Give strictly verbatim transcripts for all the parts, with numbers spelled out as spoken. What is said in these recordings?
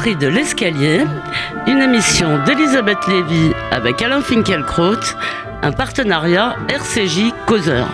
Prix de l'escalier, une émission d'Elisabeth Lévy avec Alain Finkielkraut, un partenariat R C J Causeur.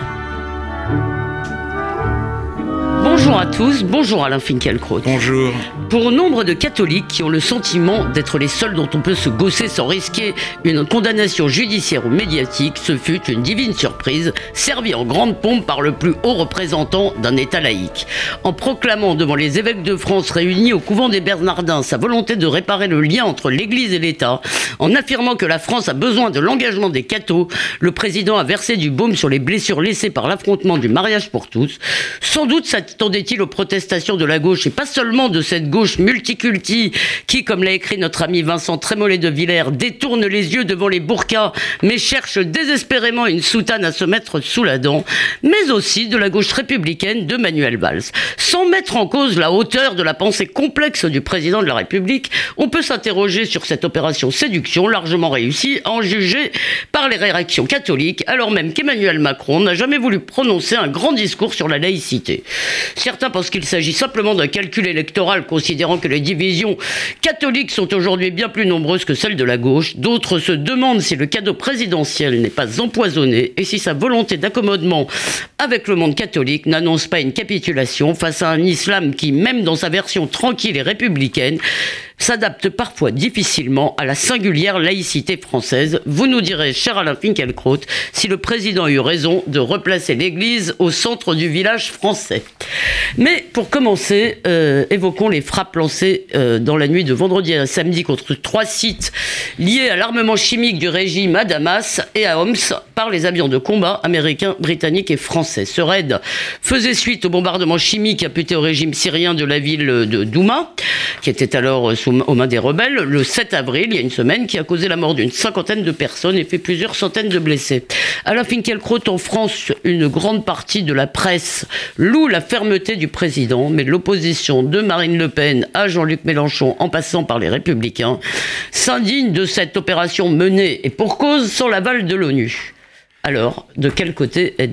Bonjour à tous, bonjour Alain Finkielkraut. Bonjour. Pour nombre de catholiques qui ont le sentiment d'être les seuls dont on peut se gausser sans risquer une condamnation judiciaire ou médiatique, ce fut une divine surprise, servie en grande pompe par le plus haut représentant d'un État laïque. En proclamant devant les évêques de France réunis au couvent des Bernardins sa volonté de réparer le lien entre l'Église et l'État, en affirmant que la France a besoin de l'engagement des cathos, le président a versé du baume sur les blessures laissées par l'affrontement du mariage pour tous. Sans doute s'attendait-il aux protestations de la gauche, et pas seulement de cette gauche multiculti qui, comme l'a écrit notre ami Vincent Trémollet de Villers, détourne les yeux devant les burqas mais cherche désespérément une soutane à se mettre sous la dent, mais aussi de la gauche républicaine de Manuel Valls. Sans mettre en cause la hauteur de la pensée complexe du président de la République, on peut s'interroger sur cette opération séduction largement réussie à en juger par les réactions catholiques, alors même qu'Emmanuel Macron n'a jamais voulu prononcer un grand discours sur la laïcité. Certains pensent qu'il s'agit simplement d'un calcul électoral, considérant que les divisions catholiques sont aujourd'hui bien plus nombreuses que celles de la gauche. D'autres se demandent si le cadeau présidentiel n'est pas empoisonné et si sa volonté d'accommodement avec le monde catholique n'annonce pas une capitulation face à un islam qui, même dans sa version tranquille et républicaine, s'adapte parfois difficilement à la singulière laïcité française. Vous nous direz, cher Alain Finkielkraut, si le président a eu raison de replacer l'Église au centre du village français. Mais pour commencer, euh, évoquons les frappes lancées euh, dans la nuit de vendredi à samedi contre trois sites liés à l'armement chimique du régime à Damas et à Homs par les avions de combat américains, britanniques et français. Ce raid faisait suite au bombardement chimique imputé au régime syrien de la ville de Douma, qui était alors aux mains des rebelles, le sept avril, il y a une semaine, qui a causé la mort d'une cinquantaine de personnes et fait plusieurs centaines de blessés. Alain Finkielkraut, en France, une grande partie de la presse loue la fermeté du président, mais l'opposition de Marine Le Pen à Jean-Luc Mélenchon, en passant par les Républicains, s'indigne de cette opération menée, et pour cause, sans l'aval de l'ONU. Alors, de quel côté êtes-vous ?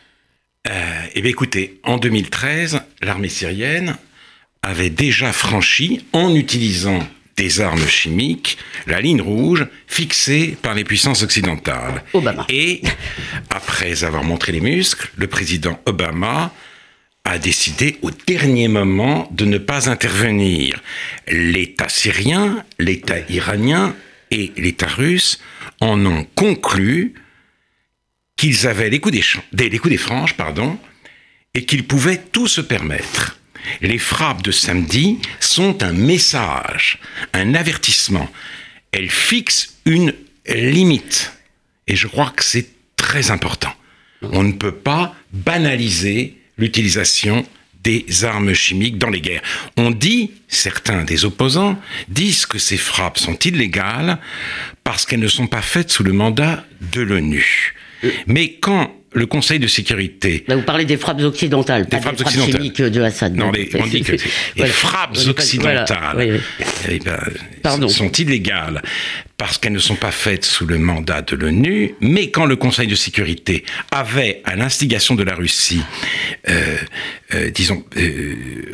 euh, Eh bien, écoutez, en deux mille treize, l'armée syrienne avait déjà franchi, en utilisant des armes chimiques, la ligne rouge fixée par les puissances occidentales. Obama. Et, après avoir montré les muscles, le président Obama a décidé au dernier moment de ne pas intervenir. L'État syrien, l'État iranien et l'État russe en ont conclu qu'ils avaient les coups des, ch- des, les coups des franges, pardon, et qu'ils pouvaient tout se permettre. Les frappes de samedi sont un message, un avertissement. Elles fixent une limite. Et je crois que c'est très important. On ne peut pas banaliser l'utilisation des armes chimiques dans les guerres. On dit, certains des opposants disent que ces frappes sont illégales parce qu'elles ne sont pas faites sous le mandat de l'ONU. Mais quand le Conseil de sécurité... Là, vous parlez des frappes occidentales, des pas frappes des frappes occidentales. chimiques de Assad. Non, les, on dit que les voilà. frappes occidentales voilà. oui, oui. Eh ben, sont illégales parce qu'elles ne sont pas faites sous le mandat de l'ONU, mais quand le Conseil de sécurité avait, à l'instigation de la Russie, euh, euh, disons, euh,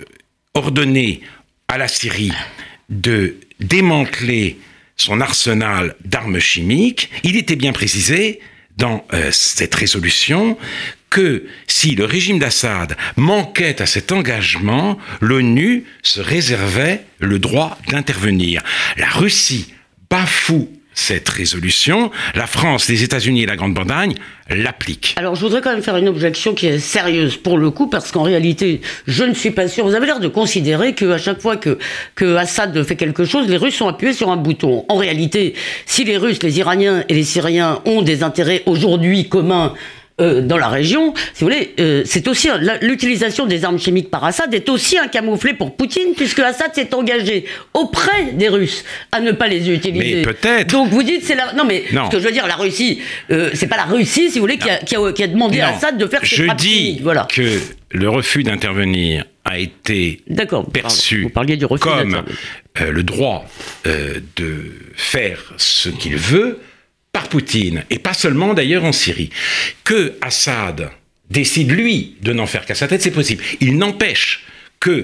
ordonné à la Syrie de démanteler son arsenal d'armes chimiques, il était bien précisé dans euh, cette résolution que si le régime d'Assad manquait à cet engagement, l'ONU se réservait le droit d'intervenir. La Russie bafoue cette résolution, la France, les États-Unis et la Grande-Bretagne l'appliquent. Alors, je voudrais quand même faire une objection qui est sérieuse pour le coup, parce qu'en réalité, je ne suis pas sûr. Vous avez l'air de considérer qu'à chaque fois que, que Assad fait quelque chose, les Russes sont appuyés sur un bouton. En réalité, si les Russes, les Iraniens et les Syriens ont des intérêts aujourd'hui communs Euh, dans la région, si vous voulez, euh, c'est aussi un, la, l'utilisation des armes chimiques par Assad est aussi un camouflet pour Poutine, puisque Assad s'est engagé auprès des Russes à ne pas les utiliser. Mais peut-être. Donc vous dites c'est la non mais non. ce que je veux dire, la Russie, euh, c'est pas la Russie, si vous voulez, qui a, qui, a, qui a demandé non. à Assad de faire ses frappes chimiques. Voilà. Je dis que le refus d'intervenir a été D'accord, perçu vous parliez du refus comme euh, le droit euh, de faire ce qu'il veut par Poutine, et pas seulement d'ailleurs en Syrie. Que Assad décide, lui, de n'en faire qu'à sa tête, c'est possible. Il n'empêche que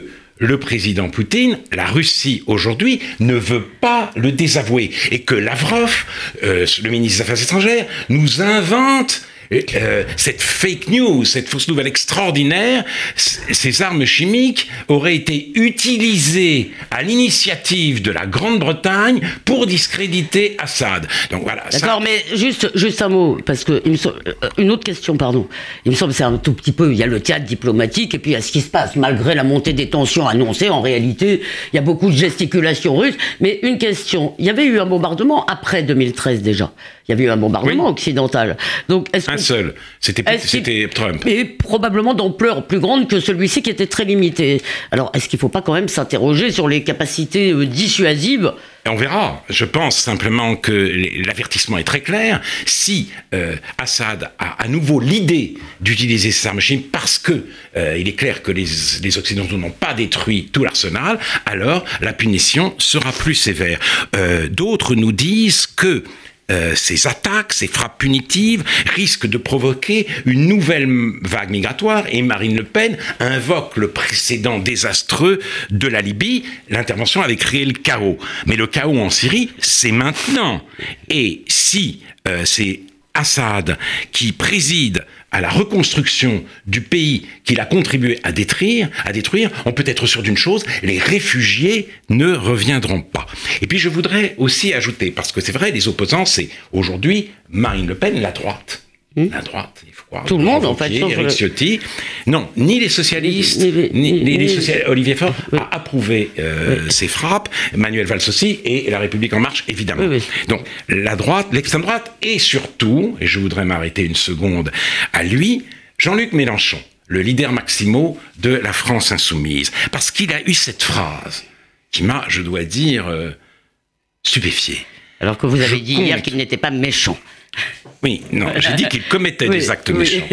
le président Poutine, la Russie aujourd'hui, ne veut pas le désavouer. Et que Lavrov, euh, le ministre des Affaires étrangères, nous invente euh, cette fake news, cette fausse nouvelle extraordinaire. Ces armes chimiques auraient été utilisées à l'initiative de la Grande-Bretagne pour discréditer Assad. Donc voilà. D'accord, ça... mais juste, juste un mot, parce que il me semble, une autre question, pardon. Il me semble que c'est un tout petit peu, il y a le théâtre diplomatique et puis il y a ce qui se passe. Malgré la montée des tensions annoncées, en réalité, il y a beaucoup de gesticulations russes. Mais une question, il y avait eu un bombardement après deux mille treize déjà. Il y avait eu un bombardement oui. occidental. Donc, est-ce un seul. C'était, c'était Trump. Et probablement d'ampleur plus grande que celui-ci qui était très limité. Alors, est-ce qu'il ne faut pas quand même s'interroger sur les capacités euh, dissuasives ? Et on verra. Je pense simplement que l'avertissement est très clair. Si euh, Assad a à nouveau l'idée d'utiliser ces armes chimiques parce que euh, il est clair que les, les Occidentaux n'ont pas détruit tout l'arsenal, alors la punition sera plus sévère. Euh, d'autres nous disent que Euh, ces attaques, ces frappes punitives risquent de provoquer une nouvelle vague migratoire et Marine Le Pen invoque le précédent désastreux de la Libye. L'intervention avait créé le chaos. Mais le chaos en Syrie, c'est maintenant. Et si euh, c'est Assad qui préside à la reconstruction du pays qu'il a contribué à détruire, à détruire, on peut être sûr d'une chose, les réfugiés ne reviendront pas. Et puis je voudrais aussi ajouter, parce que c'est vrai, les opposants, c'est aujourd'hui Marine Le Pen, la droite. Mmh. La droite, il faut croire. Tout le monde, en fait. Eric le... Ciotti. Non, ni les socialistes, ni, ni, ni, ni, ni les socialistes. Olivier Faure oui. a approuvé euh, oui. ces frappes. Manuel Valls aussi, et La République En Marche, évidemment. Oui, oui. Donc, la droite, l'extrême droite, et surtout, et je voudrais m'arrêter une seconde à lui, Jean-Luc Mélenchon, le leader maximo de la France insoumise. Parce qu'il a eu cette phrase qui m'a, je dois dire, euh, stupéfié. Alors que vous avez je dit compte... hier qu'il n'était pas méchant. Oui, non, j'ai dit qu'il commettait oui, des actes oui. méchants.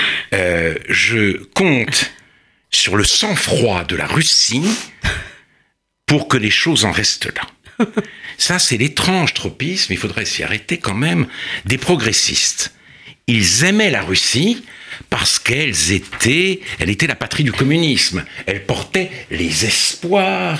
Euh, je compte sur le sang-froid de la Russie pour que les choses en restent là. Ça, c'est l'étrange tropisme, il faudrait s'y arrêter quand même, des progressistes. Ils aimaient la Russie parce qu'elles étaient, elle était la patrie du communisme. Elle portait les espoirs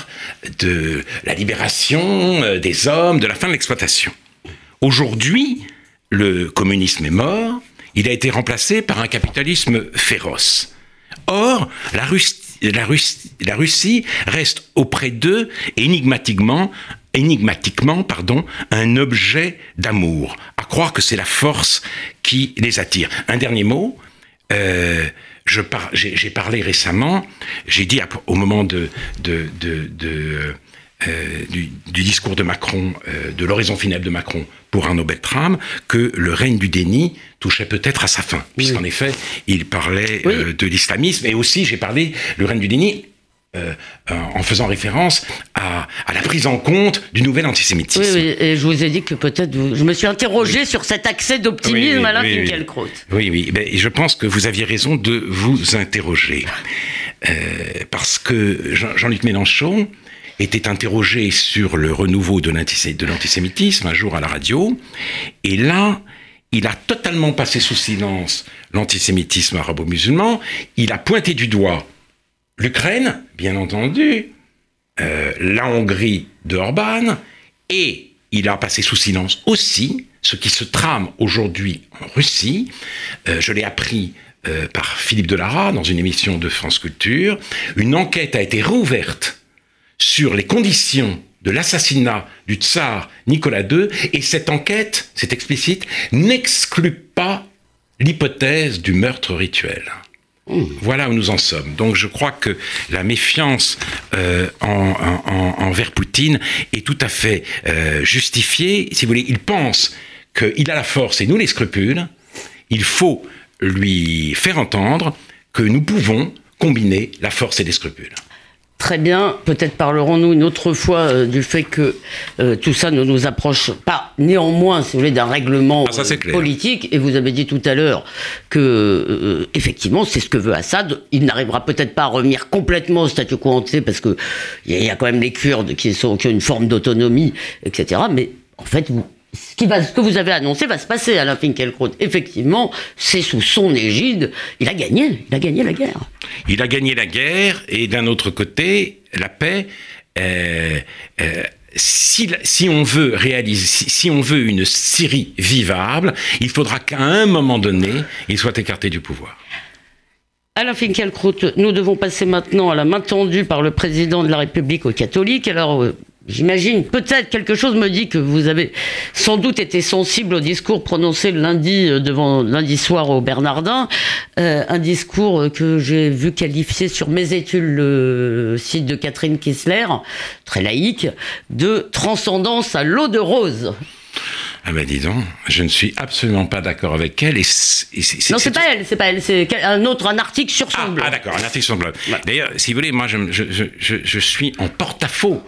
de la libération des hommes, de la fin de l'exploitation. Aujourd'hui, le communisme est mort, il a été remplacé par un capitalisme féroce. Or, la Russie, la Russie, la Russie reste auprès d'eux énigmatiquement, énigmatiquement pardon, un objet d'amour, à croire que c'est la force qui les attire. Un dernier mot, euh, je par, j'ai, j'ai parlé récemment, j'ai dit à, au moment de... de, de, de Euh, du, du discours de Macron, euh, de l'horizon funèbre de Macron pour Arnaud Beltrame, que le règne du déni touchait peut-être à sa fin, puisqu'en oui. effet, il parlait oui. euh, de l'islamisme, et aussi j'ai parlé le règne du déni euh, en faisant référence à, à la prise en compte du nouvel antisémitisme. Oui, oui, et je vous ai dit que peut-être, vous... je me suis interrogé oui. sur cet accès d'optimisme oui, oui, Alain oui, Finkielkraut. Oui, oui, ben, je pense que vous aviez raison de vous interroger, euh, parce que Jean- Jean-Luc Mélenchon était interrogé sur le renouveau de, l'antisé- de l'antisémitisme un jour à la radio, et là, il a totalement passé sous silence l'antisémitisme arabo-musulman, il a pointé du doigt l'Ukraine, bien entendu, euh, la Hongrie de Orban, et il a passé sous silence aussi ce qui se trame aujourd'hui en Russie. Euh, je l'ai appris euh, par Philippe Delara dans une émission de France Culture. Une enquête a été rouverte sur les conditions de l'assassinat du tsar Nicolas deux, et cette enquête, c'est explicite, n'exclut pas l'hypothèse du meurtre rituel. Mmh. Voilà où nous en sommes. Donc je crois que la méfiance euh, en, en, en, envers Poutine est tout à fait euh, justifiée. Si vous voulez, il pense qu'il a la force et nous les scrupules. Il faut lui faire entendre que nous pouvons combiner la force et les scrupules. Très bien, peut-être parlerons-nous une autre fois euh, du fait que euh, tout ça ne nous approche pas néanmoins, si vous voulez, d'un règlement ah, ça, euh, politique. Et vous avez dit tout à l'heure que, euh, effectivement, c'est ce que veut Assad. Il n'arrivera peut-être pas à revenir complètement au statu quo ante, parce que il y, y a quand même les Kurdes qui, sont, qui ont une forme d'autonomie, et cetera. Mais en fait, vous, ce, qui va, ce que vous avez annoncé va se passer, Alain Finkielkraut. Effectivement, c'est sous son égide. Il a gagné, il a gagné la guerre. Il a gagné la guerre, et d'un autre côté, la paix. Euh, euh, si, si on veut réaliser, si, si on veut une Syrie vivable, il faudra qu'à un moment donné, il soit écarté du pouvoir. Alain Finkielkraut, nous devons passer maintenant à la main tendue par le président de la République aux catholiques. Alors, euh, j'imagine, peut-être quelque chose me dit que vous avez sans doute été sensible au discours prononcé le lundi, euh, devant, lundi soir au Bernardin. Euh, un discours que j'ai vu qualifier sur Mes Études, le site de Catherine Kissler, très laïque, de transcendance à l'eau de rose. Ah ben dis donc, je ne suis absolument pas d'accord avec elle. Et c'est, et c'est, non, c'est, c'est pas elle, c'est pas elle, c'est un autre, un article sur son ah, blog. Ah d'accord, un article sur son blog. Ouais. D'ailleurs, si vous voulez, moi je, je, je, je suis en porte-à-faux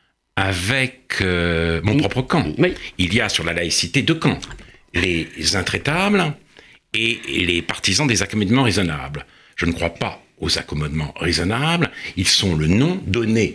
avec euh, mon propre camp. Oui. Il y a sur la laïcité deux camps. Les intraitables et les partisans des accommodements raisonnables. Je ne crois pas aux accommodements raisonnables. Ils sont le nom donné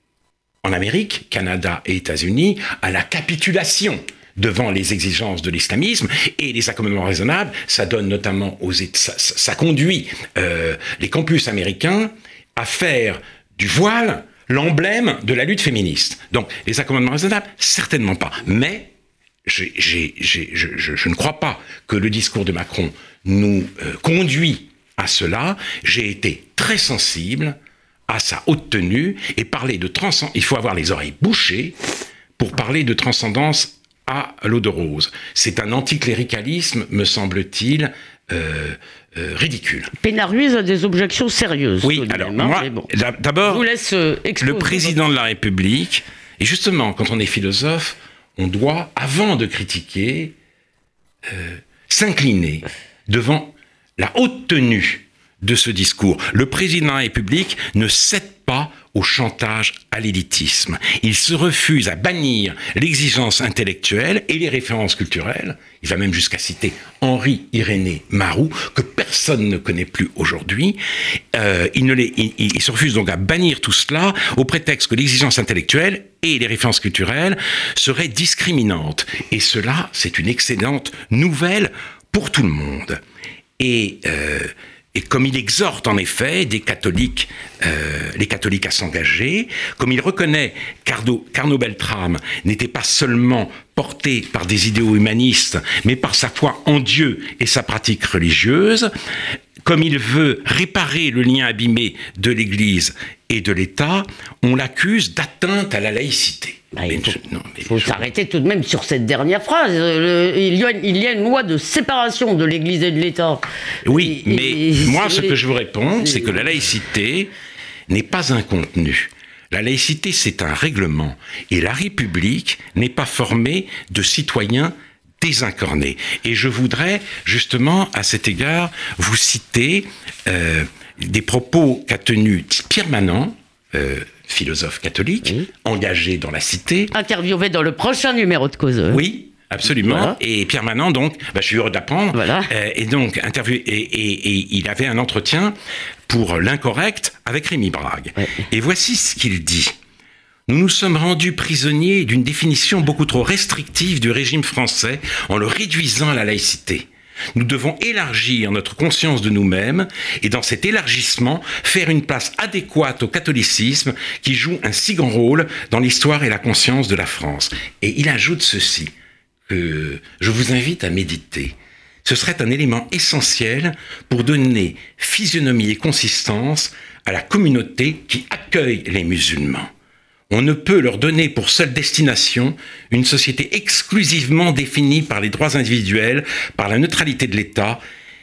en Amérique, Canada et États-Unis à la capitulation devant les exigences de l'islamisme, et les accommodements raisonnables, ça donne notamment aux États, ça, ça conduit euh, les campus américains à faire du voile l'emblème de la lutte féministe. Donc, les accommodements raisonnables, certainement pas. Mais j'ai, j'ai, j'ai, je, je, je ne crois pas que le discours de Macron nous euh, conduit à cela. J'ai été très sensible à sa haute tenue, et parler de transcendance, il faut avoir les oreilles bouchées pour parler de transcendance à l'eau de rose. C'est un anticléricalisme, me semble-t-il, euh, euh, ridicule. Pénaruise a des objections sérieuses. Oui, alors même, moi, hein, bon. d'abord, je vous laisse, euh, le président de la République, et justement, quand on est philosophe, on doit, avant de critiquer, euh, s'incliner devant la haute tenue de ce discours. Le président de la République ne cède pas au chantage à l'élitisme. Il se refuse à bannir l'exigence intellectuelle et les références culturelles. Il va même jusqu'à citer Henri-Irénée Marou, que personne ne connaît plus aujourd'hui. Euh, il, ne les, il, il se refuse donc à bannir tout cela au prétexte que l'exigence intellectuelle et les références culturelles seraient discriminantes. Et cela, c'est une excellente nouvelle pour tout le monde. Et... Euh, Et comme il exhorte en effet des catholiques, euh, les catholiques à s'engager, comme il reconnaît qu'Arnaud, qu'Arnaud Beltrame n'était pas seulement porté par des idéaux humanistes, mais par sa foi en Dieu et sa pratique religieuse, comme il veut réparer le lien abîmé de l'Église et de l'État, on l'accuse d'atteinte à la laïcité. Bah, il faut, je, non, faut je... s'arrêter tout de même sur cette dernière phrase. Le, il, y a, il y a une loi de séparation de l'Église et de l'État. Oui, et, mais et, moi, ce les... que je vous réponds, c'est que la laïcité n'est pas un contenu. La laïcité, c'est un règlement. Et la République n'est pas formée de citoyens désincarnés. Et je voudrais, justement, à cet égard, vous citer euh, des propos qu'a tenus Pierre Manant, euh, philosophe catholique, oui. engagé dans la cité. Interviewé dans le prochain numéro de Cause. Oui, absolument. Voilà. Et Pierre Manant, donc, bah, je suis heureux d'apprendre. Voilà. Euh, et donc, interviewé, et, et, et il avait un entretien pour l'Incorrect avec Rémi Brague. Ouais. Et voici ce qu'il dit. Nous nous sommes rendus prisonniers d'une définition beaucoup trop restrictive du régime français en le réduisant à la laïcité. Nous devons élargir notre conscience de nous-mêmes et dans cet élargissement, faire une place adéquate au catholicisme qui joue un si grand rôle dans l'histoire et la conscience de la France. Et il ajoute ceci, que je vous invite à méditer. Ce serait un élément essentiel pour donner physionomie et consistance à la communauté qui accueille les musulmans. On ne peut leur donner pour seule destination une société exclusivement définie par les droits individuels, par la neutralité de l'État,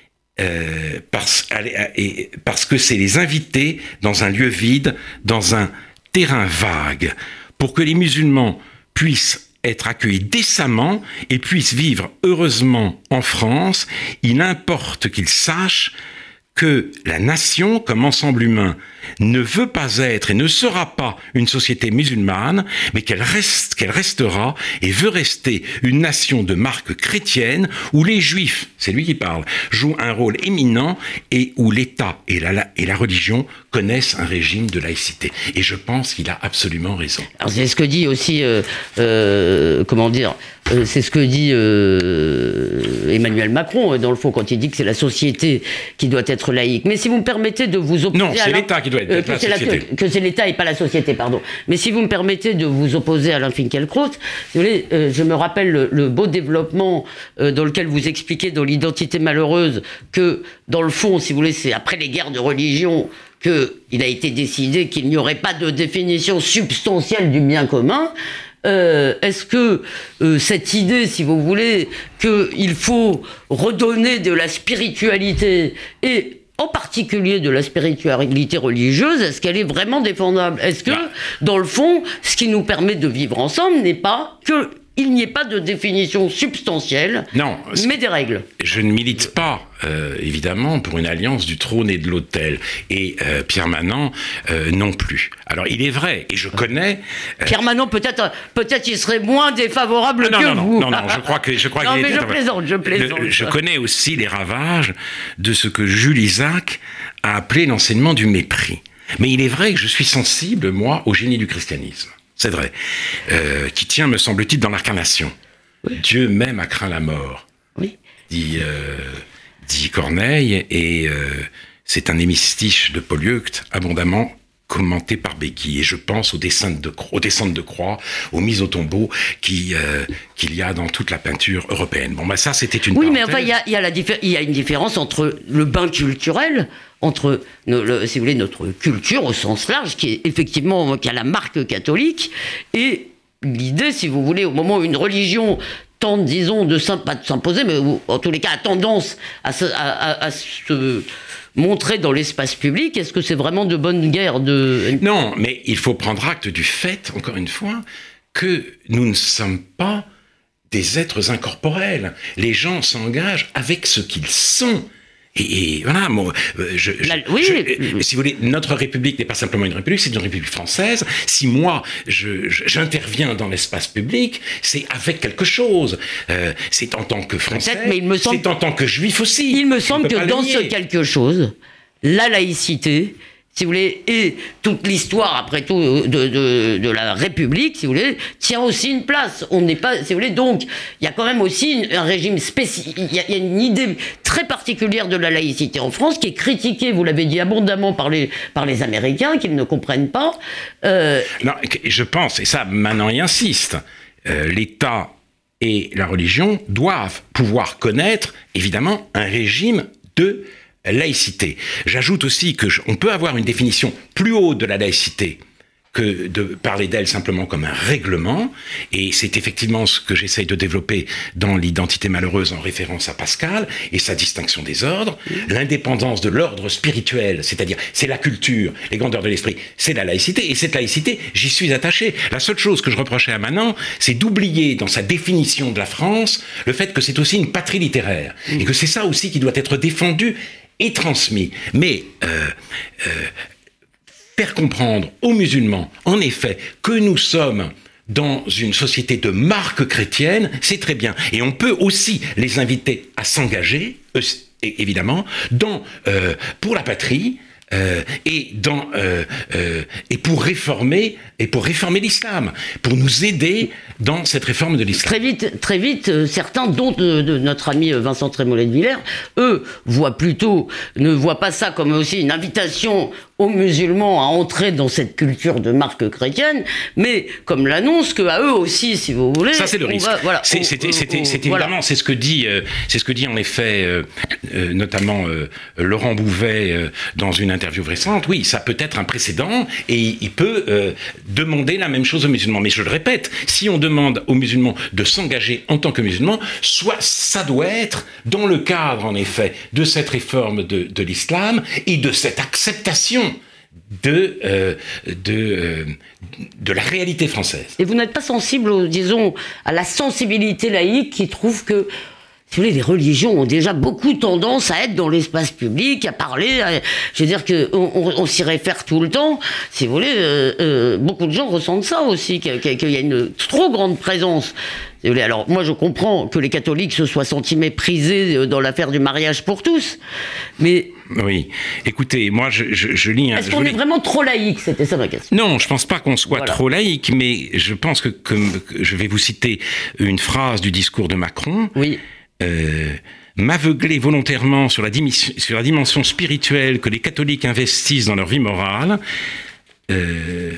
euh, parce, et, parce que c'est les inviter dans un lieu vide, dans un terrain vague. Pour que les musulmans puissent être accueillis décemment et puissent vivre heureusement en France, il importe qu'ils sachent que la nation, comme ensemble humain, ne veut pas être et ne sera pas une société musulmane, mais qu'elle reste, qu'elle restera et veut rester une nation de marque chrétienne où les juifs, c'est lui qui parle, jouent un rôle éminent et où l'État et la, et la religion connaissent un régime de laïcité. Et je pense qu'il a absolument raison. Alors c'est ce que dit aussi, euh, euh, comment dire, euh, c'est ce que dit euh, Emmanuel Macron, dans le fond, quand il dit que c'est la société qui doit être laïque. Mais si vous me permettez de vous opposer... Non, c'est l'État qui doit être euh, la société. La, que, que c'est l'État et pas la société, pardon. Mais si vous me permettez de vous opposer à Alain Finkielkraut, si vous voulez, euh, je me rappelle le, le beau développement euh, dans lequel vous expliquez dans l'identité malheureuse que, dans le fond, si vous voulez, c'est après les guerres de religion qu'il a été décidé qu'il n'y aurait pas de définition substantielle du bien commun. Euh, est-ce que euh, cette idée, si vous voulez, qu'il faut redonner de la spiritualité, et en particulier de la spiritualité religieuse, est-ce qu'elle est vraiment défendable? Est-ce que, dans le fond, ce qui nous permet de vivre ensemble n'est pas que il n'y ait pas de définition substantielle, non, mais des règles. Je ne milite pas, euh, évidemment, pour une alliance du trône et de l'autel. Et euh, Pierre Manant euh, non plus. Alors, il est vrai, et je connais... Euh... Pierre Manant, peut-être peut-être il serait moins défavorable ah, non, que non, vous. Non, non, je crois que... Je crois non, qu'il mais est... je plaisante, je plaisante. Le, je connais aussi les ravages de ce que Jules Isaac a appelé l'enseignement du mépris. Mais il est vrai que je suis sensible, moi, au génie du christianisme. C'est vrai, euh, qui tient, me semble-t-il, dans l'incarnation. Oui. Dieu même a craint la mort, oui. dit, euh, dit Corneille, et euh, c'est un hémistiche de Polyeucte abondamment commenté par Becky. Et je pense aux descentes de, aux descentes de croix, aux mises au tombeau qui, euh, qu'il y a dans toute la peinture européenne. Bon, bah ça, c'était une Oui, parenthèse. mais enfin, il y a, y, a la diffé- y a une différence entre le bain culturel, entre, le, le, si vous voulez, notre culture au sens large, qui est effectivement, qui a la marque catholique, et l'idée, si vous voulez, au moment où une religion tente, disons, de pas de s'imposer, mais en tous les cas a tendance à se, à, à, à se montrer dans l'espace public, est-ce que c'est vraiment de bonne guerre de... Non, mais il faut prendre acte du fait, encore une fois, que nous ne sommes pas des êtres incorporels. Les gens s'engagent avec ce qu'ils sont. Et, et voilà, moi, je, je, La, oui. je, si vous voulez, notre République n'est pas simplement une République, c'est une République française. Si moi, je, je, j'interviens dans l'espace public, c'est avec quelque chose. Euh, c'est en tant que Français, mais il me semble, c'est en tant que Juif aussi. Il me semble que dans ce quelque chose, la laïcité, si vous voulez, et toute l'histoire, après tout, de, de, de la République, si vous voulez, tient aussi une place. On n'est pas, si vous voulez, donc, il y a quand même aussi une, un régime spécifique. Il y, y a une idée très particulière de la laïcité en France qui est critiquée, vous l'avez dit abondamment, par les, par les Américains, qu'ils ne comprennent pas. Euh... Non, je pense, et ça, maintenant, il insiste, euh, l'État et la religion doivent pouvoir connaître, évidemment, un régime de laïcité. J'ajoute aussi que je, on peut avoir une définition plus haute de la laïcité que de parler d'elle simplement comme un règlement, et c'est effectivement ce que j'essaye de développer dans l'identité malheureuse en référence à Pascal et sa distinction des ordres, l'indépendance de l'ordre spirituel, c'est-à-dire c'est la culture, les grandeurs de l'esprit, c'est la laïcité, et cette laïcité, j'y suis attaché. La seule chose que je reprochais à Manant, c'est d'oublier dans sa définition de la France le fait que c'est aussi une patrie littéraire, et que c'est ça aussi qui doit être défendu et transmis. Mais euh, euh, faire comprendre aux musulmans, en effet, que nous sommes dans une société de marque chrétienne, c'est très bien. Et on peut aussi les inviter à s'engager, euh, évidemment, dans, euh, pour la patrie, Euh, et dans euh, euh, et pour réformer et pour réformer l'islam, pour nous aider dans cette réforme de l'islam. Très vite, très vite, euh, certains, dont de, de notre ami Vincent Trémollet de Villers, eux voient plutôt, ne voient pas ça comme aussi une invitation aux musulmans à entrer dans cette culture de marque chrétienne, mais comme l'annonce que à eux aussi, si vous voulez, ça c'est le risque. Va, voilà, c'est, on, c'était, on, c'était, on, c'est voilà. évidemment, c'est ce que dit, euh, c'est ce que dit en effet, euh, euh, notamment euh, Laurent Bouvet euh, dans une interview récente. Oui, ça peut être un précédent et il peut euh, demander la même chose aux musulmans. Mais je le répète, si on demande aux musulmans de s'engager en tant que musulmans, soit ça doit être dans le cadre en effet de cette réforme de, de l'islam et de cette acceptation de, euh, de, euh, de la réalité française. Et vous n'êtes pas sensible, disons, à la sensibilité laïque qui trouve que si vous voulez, les religions ont déjà beaucoup tendance à être dans l'espace public, à parler. À, je veux dire qu'on on, on s'y réfère tout le temps. Si vous voulez, euh, euh, beaucoup de gens ressentent ça aussi, qu'il, qu'il y a une trop grande présence. Si vous voulez. Alors, moi, je comprends que les catholiques se soient sentis méprisés dans l'affaire du mariage pour tous, mais... Oui. Écoutez, moi, je, je, je lis... Un, Est-ce qu'on lis... est vraiment trop laïque? C'était ça ma question. Non, je pense pas qu'on soit voilà. trop laïque, mais je pense que, que, que je vais vous citer une phrase du discours de Macron. Oui. Euh, m'aveugler volontairement sur la, dimension, sur la dimension spirituelle que les catholiques investissent dans leur vie morale, euh,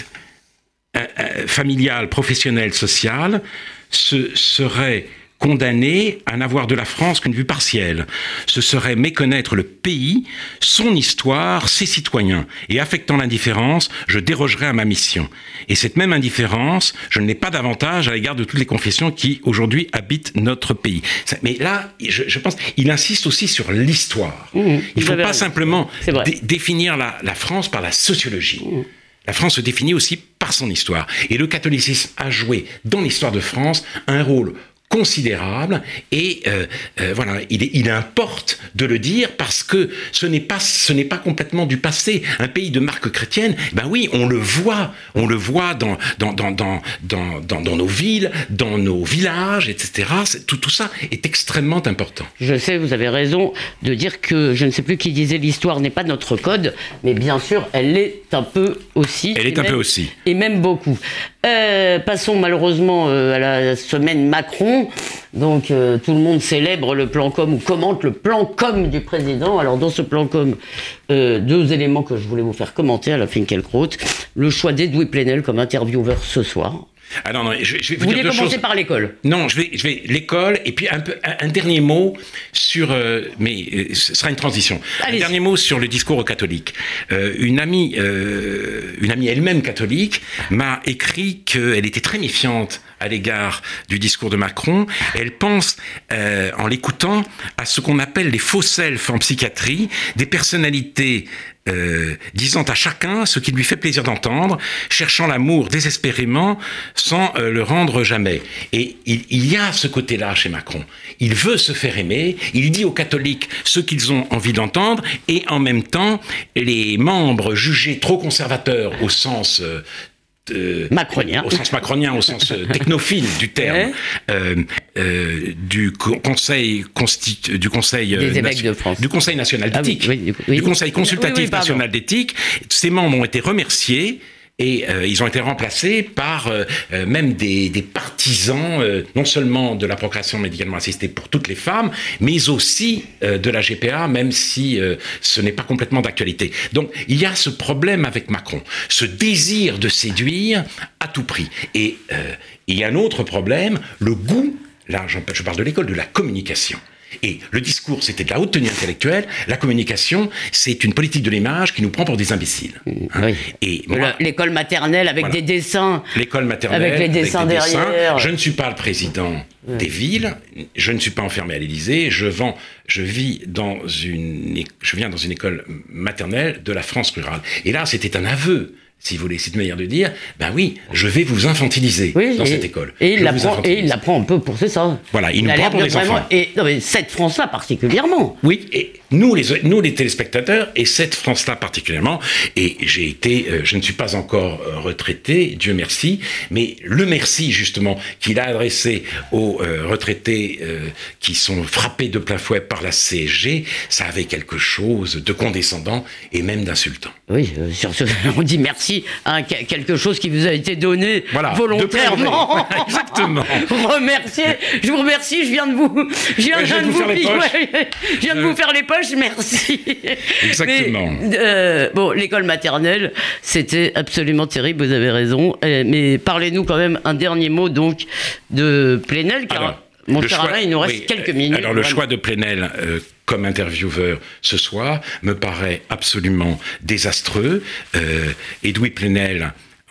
familiale, professionnelle, sociale, ce serait condamné à n'avoir de la France qu'une vue partielle. Ce serait méconnaître le pays, son histoire, ses citoyens. Et affectant l'indifférence, je dérogerai à ma mission. Et cette même indifférence, je ne l'ai pas davantage à l'égard de toutes les confessions qui, aujourd'hui, habitent notre pays. Mais là, je, je pense, il insiste aussi sur l'histoire. Mmh, il ne faut pas raison. simplement dé- définir la, la France par la sociologie. Mmh. La France se définit aussi par son histoire. Et le catholicisme a joué, dans l'histoire de France, un rôle considérable et euh, euh, voilà, il, est, il importe de le dire parce que ce n'est pas ce n'est pas complètement du passé. Un pays de marque chrétienne, ben oui, on le voit, on le voit dans dans dans dans dans, dans, dans nos villes, dans nos villages, et cetera. C'est, tout tout ça est extrêmement important. Je sais, vous avez raison de dire que je ne sais plus qui disait l'histoire n'est pas notre code, mais bien sûr, elle l'est un peu aussi. Elle est un même, peu aussi. Et même beaucoup. Euh, passons malheureusement euh, à la semaine Macron. Donc euh, tout le monde célèbre le plan com ou commente le plan com du président. Alors dans ce plan com, euh, deux éléments que je voulais vous faire commenter à la Finkielkraut. Le choix d'Edoui Plenel comme intervieweur ce soir. Ah non, non, je, je vais vous, vous dire deux choses. Vous voulez commencer par l'école? Non, je vais, je vais l'école et puis un, peu, un, un dernier mot sur, euh, mais euh, ce sera une transition. Allez-y. Un dernier mot sur le discours aux catholiques. Euh, une amie, euh, une amie elle-même catholique m'a écrit qu'elle était très méfiante à l'égard du discours de Macron. Elle pense, euh, en l'écoutant, à ce qu'on appelle les faux selfs en psychiatrie, des personnalités Euh, disant à chacun ce qui lui fait plaisir d'entendre, cherchant l'amour désespérément sans euh, le rendre jamais. Et il, il y a ce côté-là chez Macron. Il veut se faire aimer, il dit aux catholiques ce qu'ils ont envie d'entendre, et en même temps, les membres jugés trop conservateurs au sens... Euh, Euh, macronien. Au sens macronien, au sens euh, technophile du terme, euh, euh, du co- conseil, constitu- du conseil, des euh, évêques nation- de France, du conseil national d'éthique, ah, oui, oui, oui. du conseil consultatif oui, oui, national d'éthique. Ces membres ont été remerciés. Et euh, ils ont été remplacés par euh, euh, même des, des partisans, euh, non seulement de la procréation médicalement assistée pour toutes les femmes, mais aussi euh, de la G P A, même si euh, ce n'est pas complètement d'actualité. Donc il y a ce problème avec Macron, ce désir de séduire à tout prix. Et euh, il y a un autre problème, le goût, là je parle de l'école, de la communication. Et le discours, c'était de la haute tenue intellectuelle. La communication, c'est une politique de l'image qui nous prend pour des imbéciles. Hein. Oui. Et moi, l'école maternelle avec voilà. des dessins. L'école maternelle avec les dessins avec des derrière. Dessins. Je ne suis pas le président ouais. des villes. Je ne suis pas enfermé à l'Élysée. Je vends, je vis dans une, je viens dans une école maternelle de la France rurale. Et là, c'était un aveu. Si vous voulez, c'est une manière de dire, ben oui, je vais vous infantiliser oui, dans et, cette école. Et il, l'apprend, et il l'apprend un peu pour c'est ça. Voilà, il, il nous prend pour des vraiment, enfants. Et non, mais cette France-là particulièrement. Oui, et nous les, nous les téléspectateurs, et cette France-là particulièrement. Et j'ai été, euh, je ne suis pas encore euh, retraité, Dieu merci, mais le merci justement qu'il a adressé aux euh, retraités euh, qui sont frappés de plein fouet par la C S G, ça avait quelque chose de condescendant et même d'insultant. Oui, euh, sur ce, on dit merci. Hein, quelque chose qui vous a été donné voilà, volontairement. Exactement. Remercier. Je vous remercie. Je viens de vous. Je viens, ouais, je de vous. vous faire les poches. Ouais, je viens de vous faire les poches. Merci. Exactement. Mais, euh, bon, l'école maternelle, c'était absolument terrible. Vous avez raison. Mais parlez-nous quand même un dernier mot donc de Plenel, car alors, mon cher Alain, il nous reste oui, quelques minutes. Alors le vraiment. choix de Plenel. Euh, comme intervieweur ce soir, me paraît absolument désastreux. Euh, Edoui Plenel,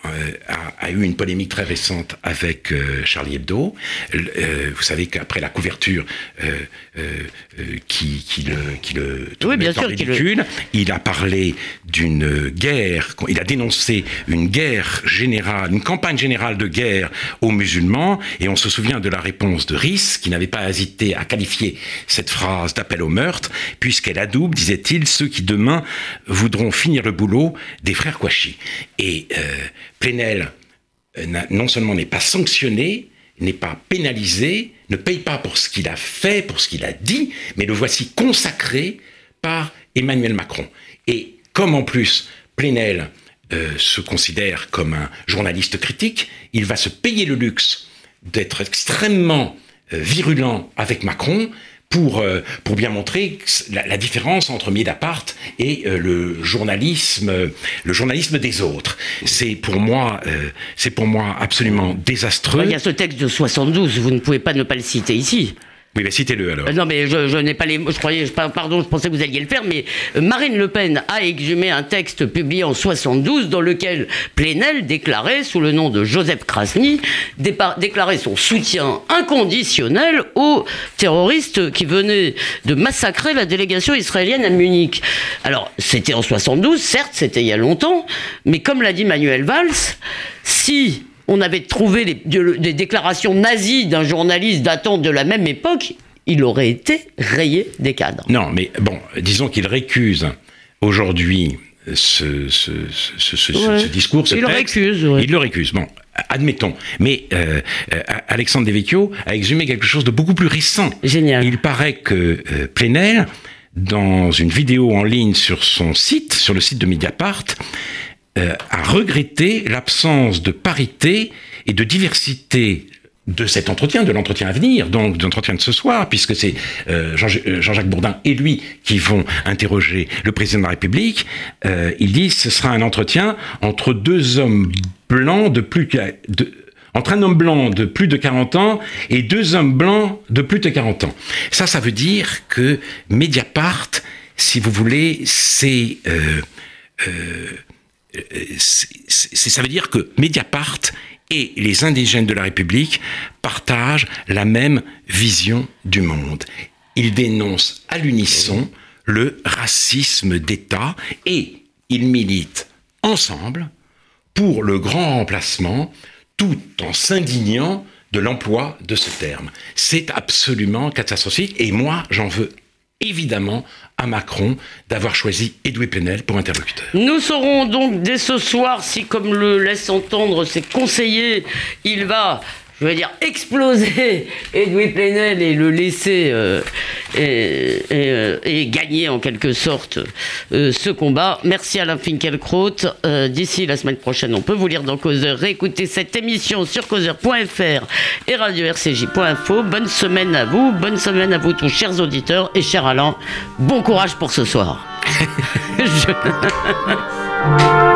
euh, a, a eu une polémique très récente avec euh, Charlie Hebdo. Euh, vous savez qu'après la couverture euh, euh, euh, qui, qui le, qui le oui, bien sûr, ridicule, le... il a parlé d'une guerre, il a dénoncé une guerre générale, une campagne générale de guerre aux musulmans, et on se souvient de la réponse de Riss, qui n'avait pas hésité à qualifier cette phrase d'appel au meurtre, puisqu'elle adoube, disait-il, ceux qui demain voudront finir le boulot des frères Kouachi. Et euh, Plenel, euh, non seulement n'est pas sanctionné, n'est pas pénalisé, ne paye pas pour ce qu'il a fait, pour ce qu'il a dit, mais le voici consacré par Emmanuel Macron. Et comme en plus Plenel euh, se considère comme un journaliste critique, il va se payer le luxe d'être extrêmement euh, virulent avec Macron, pour, euh, pour bien montrer la, la différence entre Mediapart et euh, le journalisme, euh, le journalisme des autres. C'est pour moi, euh, c'est pour moi absolument désastreux. Il y a ce texte de soixante-douze, vous ne pouvez pas ne pas le citer ici. Oui, mais citez-le alors. Euh, non, mais je, je n'ai pas les mots. Je croyais, je, pardon, je pensais que vous alliez le faire, mais Marine Le Pen a exhumé un texte publié en soixante-douze dans lequel Plenel déclarait, sous le nom de Joseph Krasny, dépa- déclarait son soutien inconditionnel aux terroristes qui venaient de massacrer la délégation israélienne à Munich. Alors, c'était en soixante-douze, certes, c'était il y a longtemps, mais comme l'a dit Manuel Valls, si on avait trouvé des, des déclarations nazies d'un journaliste datant de la même époque, il aurait été rayé des cadres. Non, mais bon, disons qu'il récuse aujourd'hui ce, ce, ce, ce, ouais. ce discours, ce il texte. Le récuse, ouais. Il le récuse, bon, admettons. Mais euh, Alexandre Devecchio a exhumé quelque chose de beaucoup plus récent. Génial. Il paraît que euh, Plenel, dans une vidéo en ligne sur son site, sur le site de Mediapart, Euh, a regretté l'absence de parité et de diversité de cet entretien, de l'entretien à venir, donc de l'entretien de ce soir, puisque c'est euh, Jean- Jean-Jacques Bourdin et lui qui vont interroger le président de la République. Euh, il dit que ce sera un entretien entre deux hommes blancs de plus que... De, entre un homme blanc de plus de quarante ans et deux hommes blancs de plus de quarante ans. Ça, ça veut dire que Mediapart, si vous voulez, c'est... Euh, euh, C'est, c'est, ça veut dire que Mediapart et les indigènes de la République partagent la même vision du monde. Ils dénoncent à l'unisson le racisme d'État et ils militent ensemble pour le grand remplacement, tout en s'indignant de l'emploi de ce terme. C'est absolument catastrophique et moi, j'en veux évidemment à Macron d'avoir choisi Edoui Plenel pour interlocuteur. Nous saurons donc dès ce soir si, comme le laisse entendre ses conseillers, il va, je vais dire, exploser Edoui Plenel et le laisser euh, et, et, euh, et gagner en quelque sorte euh, ce combat. Merci Alain Finkielkraut. Euh, d'ici la semaine prochaine, on peut vous lire dans Causeur, réécouter cette émission sur causeur point f r et radio r c j point info. Bonne semaine à vous, bonne semaine à vous tous, chers auditeurs, et cher Alain, bon courage pour ce soir. Je...